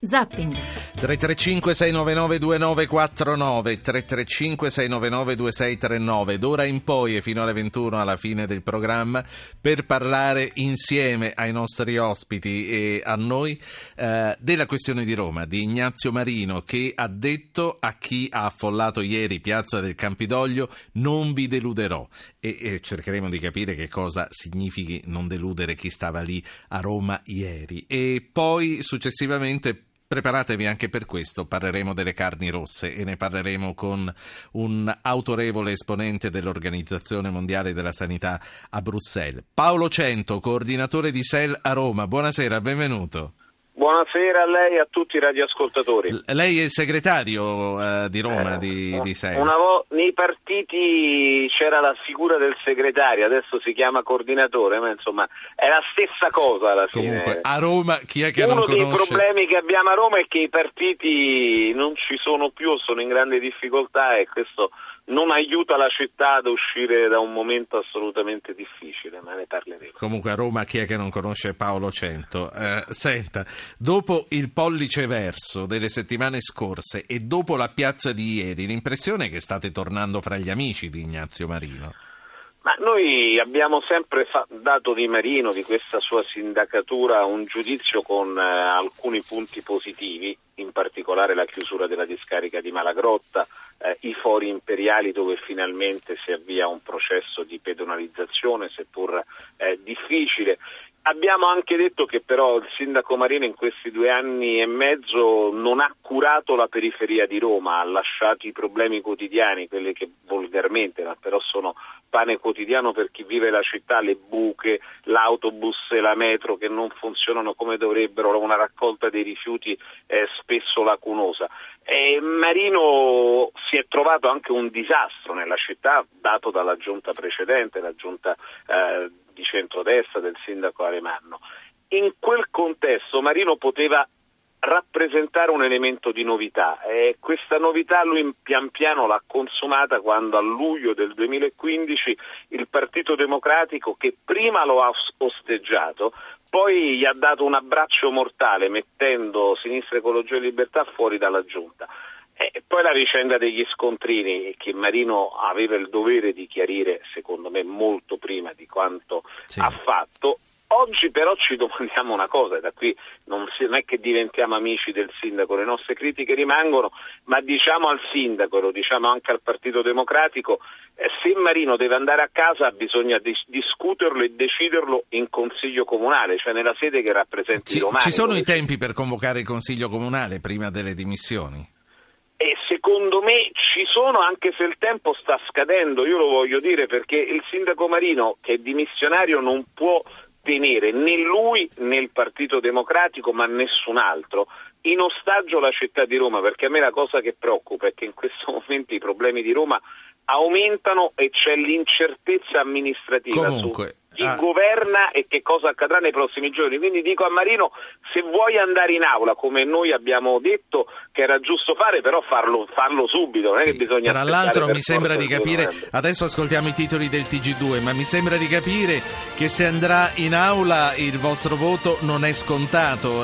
Zapping 335 699 2949 335 699 2639 d'ora in poi e fino alle 21 alla fine del programma per parlare insieme ai nostri ospiti e a noi della questione di Roma di Ignazio Marino, che ha detto a chi ha affollato ieri Piazza del Campidoglio: non vi deluderò, e cercheremo di capire che cosa significhi non deludere chi stava lì a Roma ieri. E poi successivamente preparatevi anche per questo, parleremo delle carni rosse e ne parleremo con un autorevole esponente dell'Organizzazione Mondiale della Sanità a Bruxelles. Paolo Cento, coordinatore di SEL a Roma. Buonasera, benvenuto. Buonasera a lei e a tutti i radioascoltatori. Lei è il segretario di Roma di SEL. Nei partiti c'era la figura del segretario, adesso si chiama coordinatore, ma insomma è la stessa cosa alla fine. Comunque, a Roma chi è che non conosce? Uno dei problemi che abbiamo a Roma è che i partiti non ci sono più, sono in grande difficoltà, e questo non aiuta la città ad uscire da un momento assolutamente difficile, ma ne parleremo. Comunque a Roma chi è che non conosce Paolo Cento? Senta, dopo il pollice verso delle settimane scorse e dopo la piazza di ieri, l'impressione è che state tornando fra gli amici di Ignazio Marino. Ma noi abbiamo sempre dato di Marino, di questa sua sindacatura, un giudizio con alcuni punti positivi, in particolare la chiusura della discarica di Malagrotta, i fori imperiali dove finalmente si avvia un processo di pedonalizzazione, seppur difficile. Abbiamo anche detto che però il sindaco Marino in questi 2 anni e mezzo non ha curato la periferia di Roma, ha lasciato i problemi quotidiani, quelli che volgarmente, ma però sono pane quotidiano per chi vive la città, le buche, l'autobus e la metro che non funzionano come dovrebbero, una raccolta dei rifiuti spesso lacunosa. Marino si è trovato anche un disastro nella città dato dalla giunta precedente, la giunta di centrodestra del sindaco Alemanno. In quel contesto Marino poteva rappresentare un elemento di novità, e questa novità lui pian piano l'ha consumata quando a luglio del 2015 il Partito Democratico, che prima lo ha osteggiato, poi gli ha dato un abbraccio mortale mettendo Sinistra Ecologia e Libertà fuori dalla giunta. E poi la vicenda degli scontrini, che Marino aveva il dovere di chiarire, secondo me, molto prima di quanto ha fatto. Oggi però ci domandiamo una cosa, e da qui non è che diventiamo amici del sindaco, le nostre critiche rimangono, ma diciamo al sindaco, e lo diciamo anche al Partito Democratico, se Marino deve andare a casa bisogna discuterlo e deciderlo in Consiglio Comunale, cioè nella sede che rappresenti i romani. Ci sono i tempi per convocare il Consiglio Comunale prima delle dimissioni? E secondo me ci sono, anche se il tempo sta scadendo, io lo voglio dire, perché il sindaco Marino, che è dimissionario, non può tenere né lui né il Partito Democratico, ma nessun altro, in ostaggio la città di Roma, perché a me la cosa che preoccupa è che in questo momento i problemi di Roma aumentano e c'è l'incertezza amministrativa su chi governa e che cosa accadrà nei prossimi giorni. Quindi dico a Marino, se vuoi andare in aula, come noi abbiamo detto che era giusto fare, però farlo subito, non è che bisogna Tra l'altro mi sembra di capire, adesso ascoltiamo i titoli del TG2, ma mi sembra di capire che se andrà in aula il vostro voto non è scontato,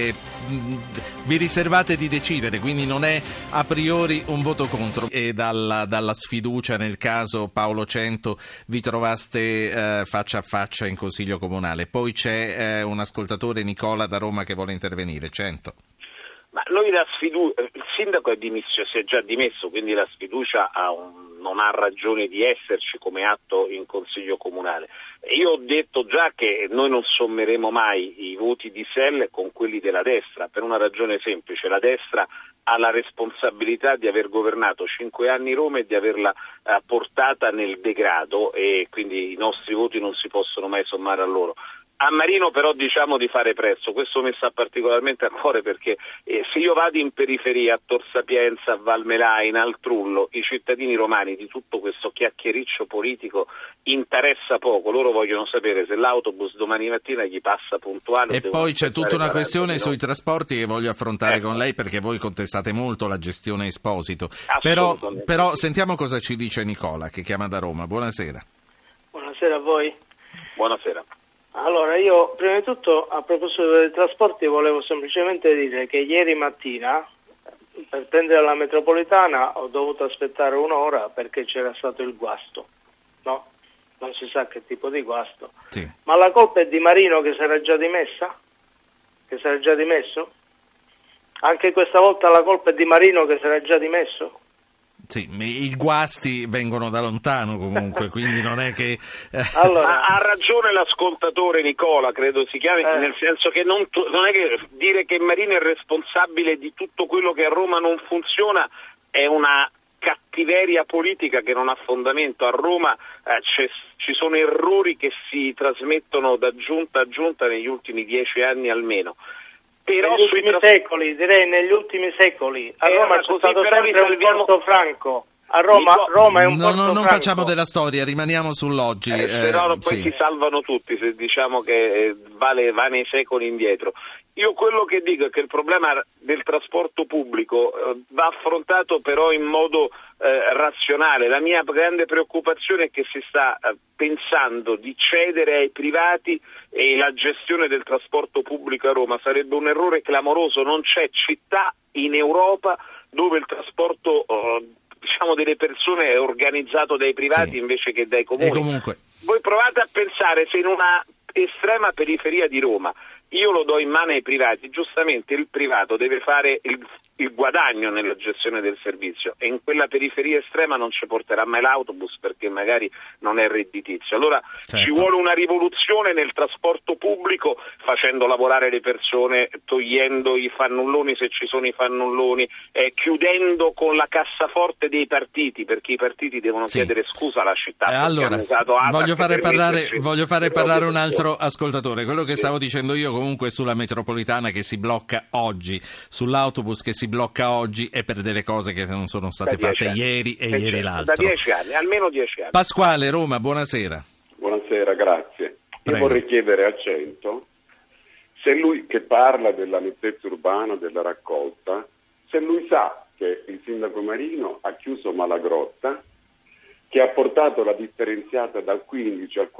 vi riservate di decidere, quindi non è a priori un voto contro. E dalla sfiducia, nel caso Paolo Cento vi trovaste faccia a faccia in Consiglio Comunale. Poi c'è un ascoltatore, Nicola da Roma, che vuole intervenire. Cento. Ma noi il sindaco si è già dimesso, quindi la sfiducia non ha ragione di esserci come atto in Consiglio Comunale. Io ho detto già che noi non sommeremo mai i voti di SEL con quelli della destra, per una ragione semplice: la destra ha la responsabilità di aver governato 5 anni Roma e di averla portata nel degrado, e quindi i nostri voti non si possono mai sommare a loro. A Marino però diciamo di fare presto, questo mi sta particolarmente a cuore, perché se io vado in periferia, a Tor Sapienza, a Valmelaina, al Trullo, i cittadini romani di tutto questo chiacchiericcio politico interessa poco, loro vogliono sapere se l'autobus domani mattina gli passa puntuale. E poi c'è tutta una questione sui trasporti che voglio affrontare con lei, perché voi contestate molto la gestione Esposito, però sentiamo cosa ci dice Nicola, che chiama da Roma. Buonasera. Buonasera a voi. Buonasera. Allora, io prima di tutto a proposito dei trasporti volevo semplicemente dire che ieri mattina per prendere la metropolitana ho dovuto aspettare un'ora perché c'era stato il guasto, no? Non si sa che tipo di guasto. Sì. Ma la colpa è di Marino che si era già dimessa? Che si era già dimesso? Anche questa volta la colpa è di Marino che si era già dimesso? Sì, i guasti vengono da lontano comunque, quindi non è che... Allora, ha ragione l'ascoltatore Nicola, credo si chiami, nel senso che non è che dire che Marino è responsabile di tutto quello che a Roma non funziona è una cattiveria politica che non ha fondamento. A Roma ci sono errori che si trasmettono da giunta a giunta negli ultimi 10 anni almeno. Però negli ultimi secoli, direi negli ultimi secoli, a Roma c'è stato sempre un porto franco. A Roma è un porto franco. Non facciamo della storia, rimaniamo sull'oggi. Però poi si salvano tutti, se diciamo che va nei secoli indietro. Io quello che dico è che il problema del trasporto pubblico va affrontato però in modo razionale. La mia grande preoccupazione è che si sta pensando di cedere ai privati e la gestione del trasporto pubblico a Roma. Sarebbe un errore clamoroso. Non c'è città in Europa dove il trasporto delle persone è organizzato dai privati invece che dai comuni. E comunque... Voi provate a pensare se in una estrema periferia di Roma io lo do in mano ai privati, giustamente il privato deve fare il guadagno nella gestione del servizio e in quella periferia estrema non ci porterà mai l'autobus perché magari non è redditizio. Allora ci vuole una rivoluzione nel trasporto pubblico facendo lavorare le persone, togliendo i fannulloni se ci sono i fannulloni, chiudendo con la cassaforte dei partiti perché i partiti devono chiedere scusa alla città. Allora, voglio fare parlare un altro ascoltatore. Quello che stavo dicendo io comunque sulla metropolitana che si blocca oggi, sull'autobus che si blocca oggi è per delle cose che non sono state fatte ieri e ieri l'altro. Da 10 anni, almeno 10 anni. Pasquale, Roma, buonasera. Buonasera, grazie. Prego. Io vorrei chiedere a Cento se lui che parla della nettezza urbana, della raccolta, se lui sa che il sindaco Marino ha chiuso Malagrotta, che ha portato la differenziata dal 15 al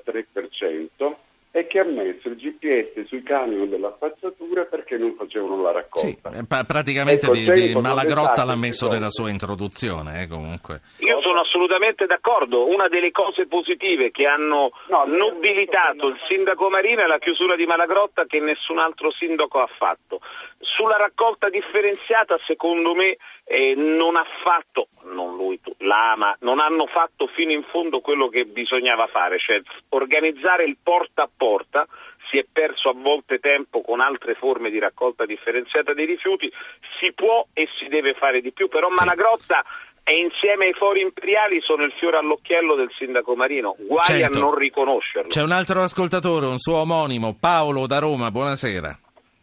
43%, e che ha messo il GPS sui camion della spazzatura perché non facevano la raccolta. Sì, praticamente di Malagrotta l'ha messo nella sua introduzione, comunque. Io sono assolutamente d'accordo. Una delle cose positive che hanno nobilitato il sindaco Marino è la chiusura di Malagrotta che nessun altro sindaco ha fatto. Sulla raccolta differenziata, secondo me, non ha fatto, non lui, l'AMA, non hanno fatto fino in fondo quello che bisognava fare, cioè organizzare il porta a porta. Si è perso a volte tempo con altre forme di raccolta differenziata dei rifiuti, si può e si deve fare di più, però Malagrotta e insieme ai fori imperiali sono il fiore all'occhiello del sindaco Marino, guai a non riconoscerlo. C'è un altro ascoltatore, un suo omonimo, Paolo da Roma, buonasera.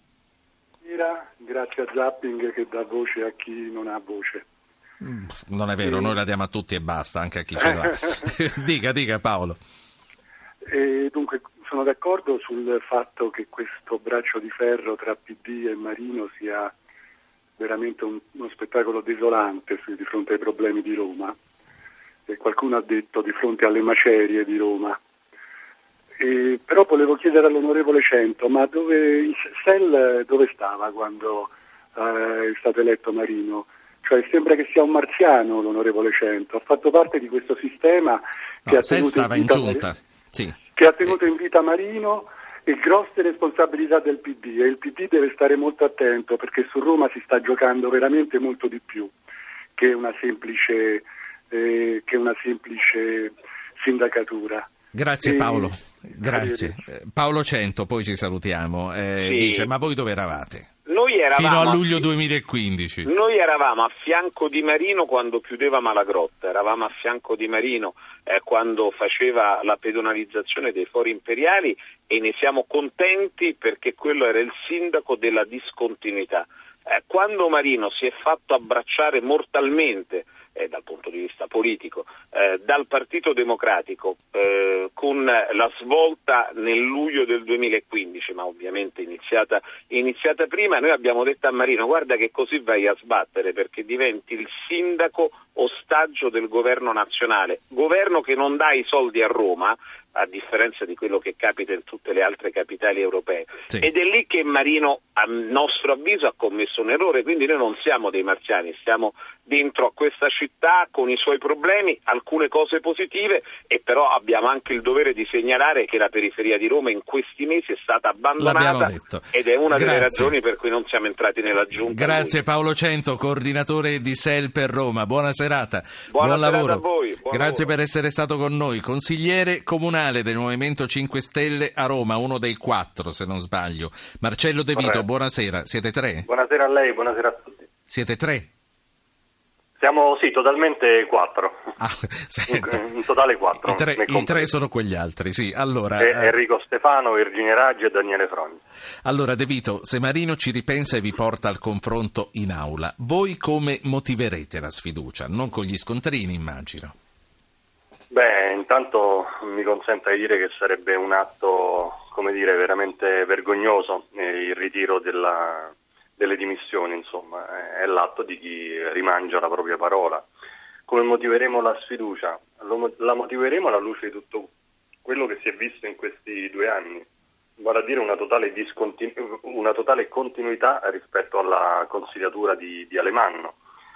Grazie a Zapping che dà voce a chi non ha voce. Non è vero, noi la diamo a tutti e basta, anche a chi ce l'ha. Dica Paolo. Dunque sono d'accordo sul fatto che questo braccio di ferro tra PD e Marino sia veramente uno spettacolo desolante di fronte ai problemi di Roma, e qualcuno ha detto di fronte alle macerie di Roma. Però volevo chiedere all'onorevole Cento, ma SEL dove stava quando è stato eletto Marino? Cioè sembra che sia un marziano l'onorevole Cento, ha fatto parte di questo sistema che ha tenuto in vita giunta. Che ha tenuto in vita Marino e grosse responsabilità del PD, e il PD deve stare molto attento perché su Roma si sta giocando veramente molto di più che una semplice sindacatura. Grazie Paolo, grazie. Paolo Cento, poi ci salutiamo, dice ma voi dove eravate? Noi eravamo fino a luglio 2015. Noi eravamo a fianco di Marino quando chiudeva Malagrotta, eravamo a fianco di Marino quando faceva la pedonalizzazione dei fori imperiali e ne siamo contenti perché quello era il sindaco della discontinuità. Quando Marino si è fatto abbracciare mortalmente dal punto di vista politico dal Partito Democratico con la svolta nel luglio del 2015, ma ovviamente iniziata prima, noi abbiamo detto a Marino guarda che così vai a sbattere perché diventi il sindaco ostaggio del governo nazionale, governo che non dà i soldi a Roma a differenza di quello che capita in tutte le altre capitali europee. Sì. Ed è lì che Marino, a nostro avviso, ha commesso un errore, quindi noi non siamo dei marziani, stiamo dentro a questa città con i suoi problemi, alcune cose positive, e però abbiamo anche il dovere di segnalare che la periferia di Roma in questi mesi è stata abbandonata ed è una delle ragioni per cui non siamo entrati nella giunta. Grazie Paolo Cento, coordinatore di SEL per Roma, buona serata. Buon lavoro a voi. Grazie per essere stato con noi. Consigliere comunale del Movimento 5 Stelle a Roma, uno dei 4 se non sbaglio. Marcello De Vito, buonasera. Siete 3? Buonasera a lei, buonasera a tutti. Siete 3? Siamo totalmente 4. Senta, in totale 4. I 3 sono quegli altri, sì. Allora, Enrico Stefano, Virginia Raggi e Daniele Frogni. Allora De Vito, se Marino ci ripensa e vi porta al confronto in aula, voi come motiverete la sfiducia? Non con gli scontrini, immagino. Beh, intanto mi consenta di dire che sarebbe un atto, veramente vergognoso il ritiro delle dimissioni, insomma, è l'atto di chi rimangia la propria parola. Come motiveremo la sfiducia? La motiveremo alla luce di tutto quello che si è visto in questi 2 anni, vale a dire una totale continuità rispetto alla consigliatura di Alemanno.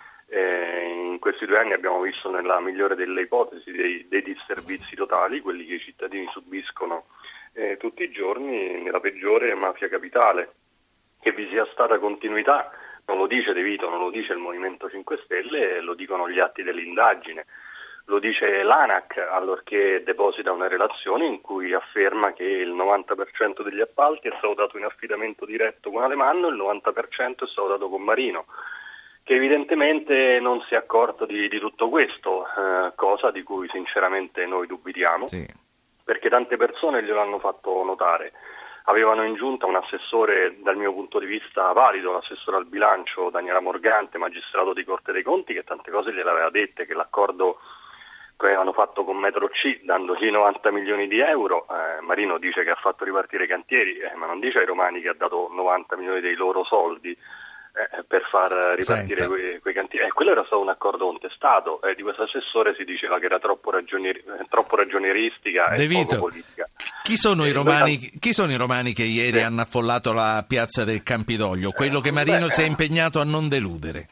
In questi 2 anni abbiamo visto, nella migliore delle ipotesi, dei disservizi totali, quelli che i cittadini subiscono tutti i giorni, nella peggiore mafia capitale. Che vi sia stata continuità non lo dice De Vito, non lo dice il Movimento 5 Stelle, lo dicono gli atti dell'indagine, lo dice l'ANAC allorché deposita una relazione in cui afferma che il 90% degli appalti è stato dato in affidamento diretto con Alemanno e il 90% è stato dato con Marino, che evidentemente non si è accorto di tutto questo, cosa di cui sinceramente noi dubitiamo, sì. Perché tante persone glielo hanno fatto notare. Avevano in giunta un assessore, dal mio punto di vista valido, l'assessore al bilancio Daniela Morgante, magistrato di Corte dei Conti, che tante cose gliel'aveva dette, che l'accordo che avevano fatto con Metro C, dandogli 90 milioni di euro, Marino dice che ha fatto ripartire i cantieri, ma non dice ai romani che ha dato 90 milioni dei loro soldi per far ripartire quei cantieri. Quello era stato un accordo contestato, di questo assessore si diceva che era troppo ragionieristica e poco politica. Chi sono i romani che ieri hanno affollato la piazza del Campidoglio? Quello che Marino si è impegnato a non deludere.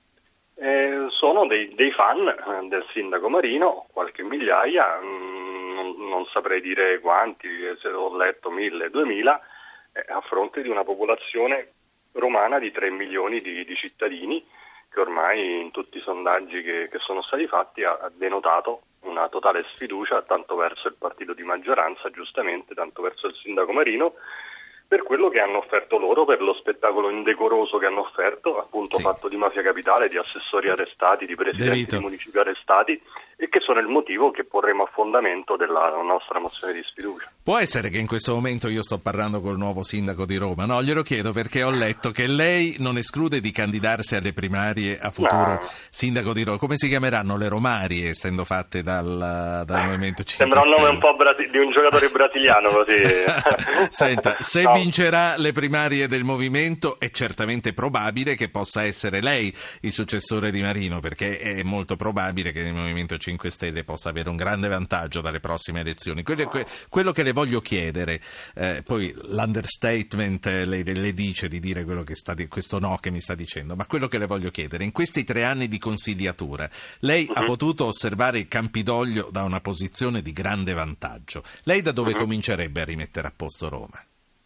Sono dei fan del sindaco Marino, qualche migliaia, non saprei dire quanti, se ho letto 1000, 2000, a fronte di una popolazione romana di 3 milioni di cittadini, che ormai in tutti i sondaggi che sono stati fatti ha denotato una totale sfiducia tanto verso il partito di maggioranza, giustamente, tanto verso il sindaco Marino, per quello che hanno offerto loro, per lo spettacolo indecoroso che hanno offerto, appunto fatto di mafia capitale, di assessori arrestati, di presidenti di municipi arrestati, e che sono il motivo che porremo a fondamento della nostra mozione di sfiducia. Può essere che in questo momento io sto parlando col nuovo sindaco di Roma? No, glielo chiedo perché ho letto che lei non esclude di candidarsi alle primarie a futuro sindaco di Roma. Come si chiameranno le romarie, essendo fatte dal Movimento 5 Sembra un nome un po' di un giocatore brasiliano, così. Senta, se vincerà le primarie del Movimento è certamente probabile che possa essere lei il successore di Marino, perché è molto probabile che il Movimento 5 Stelle possa avere un grande vantaggio dalle prossime elezioni. Quello che le voglio chiedere, poi l'understatement le dice di dire quello che questo no che mi sta dicendo, ma quello che le voglio chiedere, in questi 3 anni di consigliatura lei ha potuto osservare il Campidoglio da una posizione di grande vantaggio. Lei da dove comincerebbe a rimettere a posto Roma?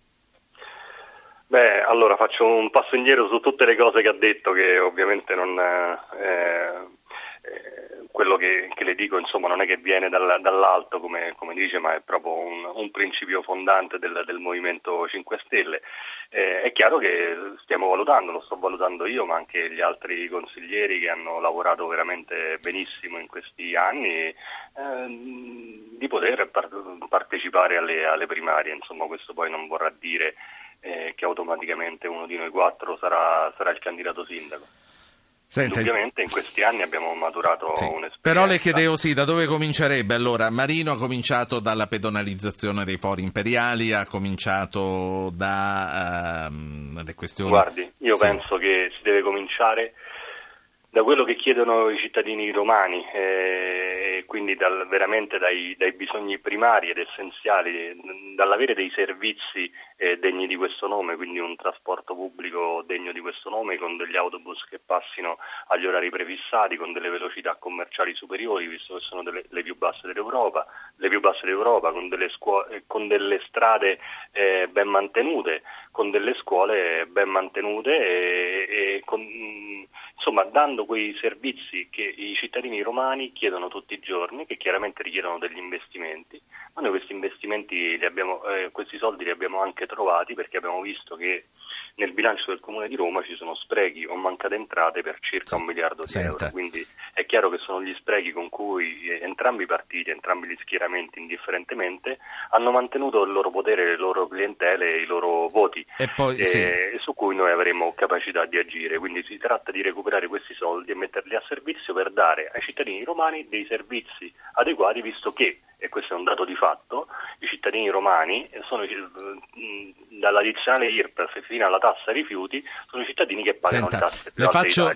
Beh, allora faccio un passo indietro su tutte le cose che ha detto, che ovviamente non quello che le dico, insomma, non è che viene dall'alto come dice, ma è proprio un principio fondante del Movimento 5 Stelle. È chiaro che stiamo valutando, lo sto valutando io, ma anche gli altri consiglieri che hanno lavorato veramente benissimo in questi anni, di poter partecipare alle primarie. Insomma, questo poi non vorrà dire che automaticamente uno di noi 4 sarà il candidato sindaco. Senta, ovviamente in questi anni abbiamo maturato un'esperienza. Però le chiedevo da dove comincerebbe? Allora, Marino ha cominciato dalla pedonalizzazione dei fori imperiali, ha cominciato da le questioni... Guardi, io penso che si deve cominciare da quello che chiedono i cittadini romani, quindi veramente dai bisogni primari ed essenziali, dall'avere dei servizi degni di questo nome, quindi un trasporto pubblico degno di questo nome, con degli autobus che passino agli orari prefissati, con delle velocità commerciali superiori, visto che sono le più basse d'Europa, con delle strade ben mantenute, con delle scuole ben mantenute e insomma dando quei servizi che i cittadini romani chiedono tutti i giorni, che chiaramente richiedono degli investimenti, ma noi questi investimenti questi soldi li abbiamo anche trovati, perché abbiamo visto che nel bilancio del Comune di Roma ci sono sprechi o mancate entrate per circa 1 miliardo di euro, quindi è chiaro che sono gli sprechi con cui entrambi i partiti, entrambi gli schieramenti indifferentemente hanno mantenuto il loro potere, le loro clientele, i loro voti, su cui noi avremo capacità di agire. Quindi si tratta di recuperare questi soldi e metterli a servizio per dare ai cittadini romani dei servizi adeguati, visto che, e questo è un dato di fatto, i cittadini romani sono dall'addizionale IRPEF fino alla tassa rifiuti, sono i cittadini che pagano le tasse. Le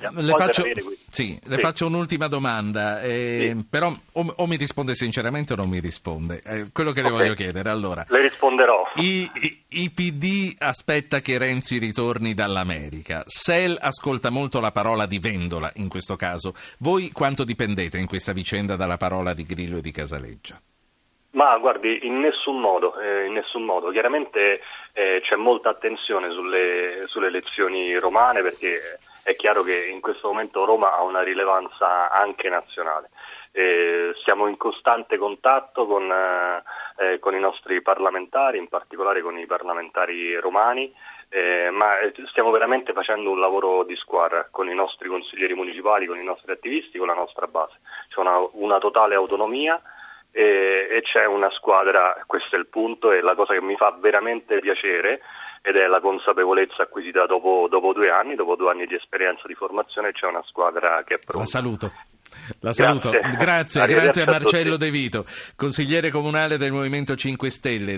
faccio un'ultima domanda, però o mi risponde sinceramente o non mi risponde. Quello che le voglio chiedere, allora. Le risponderò. I PD aspetta che Renzi ritorni dall'America. SEL ascolta molto la parola di Vendola in questo caso. Voi quanto dipendete in questa vicenda dalla parola di Grillo e di Casaleggio? Ma guardi, in nessun modo. Chiaramente c'è molta attenzione sulle elezioni romane, perché è chiaro che in questo momento Roma ha una rilevanza anche nazionale. Siamo in costante contatto con i nostri parlamentari, in particolare con i parlamentari romani, ma stiamo veramente facendo un lavoro di squadra con i nostri consiglieri municipali, con i nostri attivisti, con la nostra base. C'è una totale autonomia e c'è una squadra, questo è il punto, e la cosa che mi fa veramente piacere ed è la consapevolezza acquisita dopo 2 anni, dopo 2 anni di esperienza di formazione, c'è una squadra che è pronta. La saluto. Grazie a Marcello De Vito, consigliere comunale del Movimento 5 Stelle.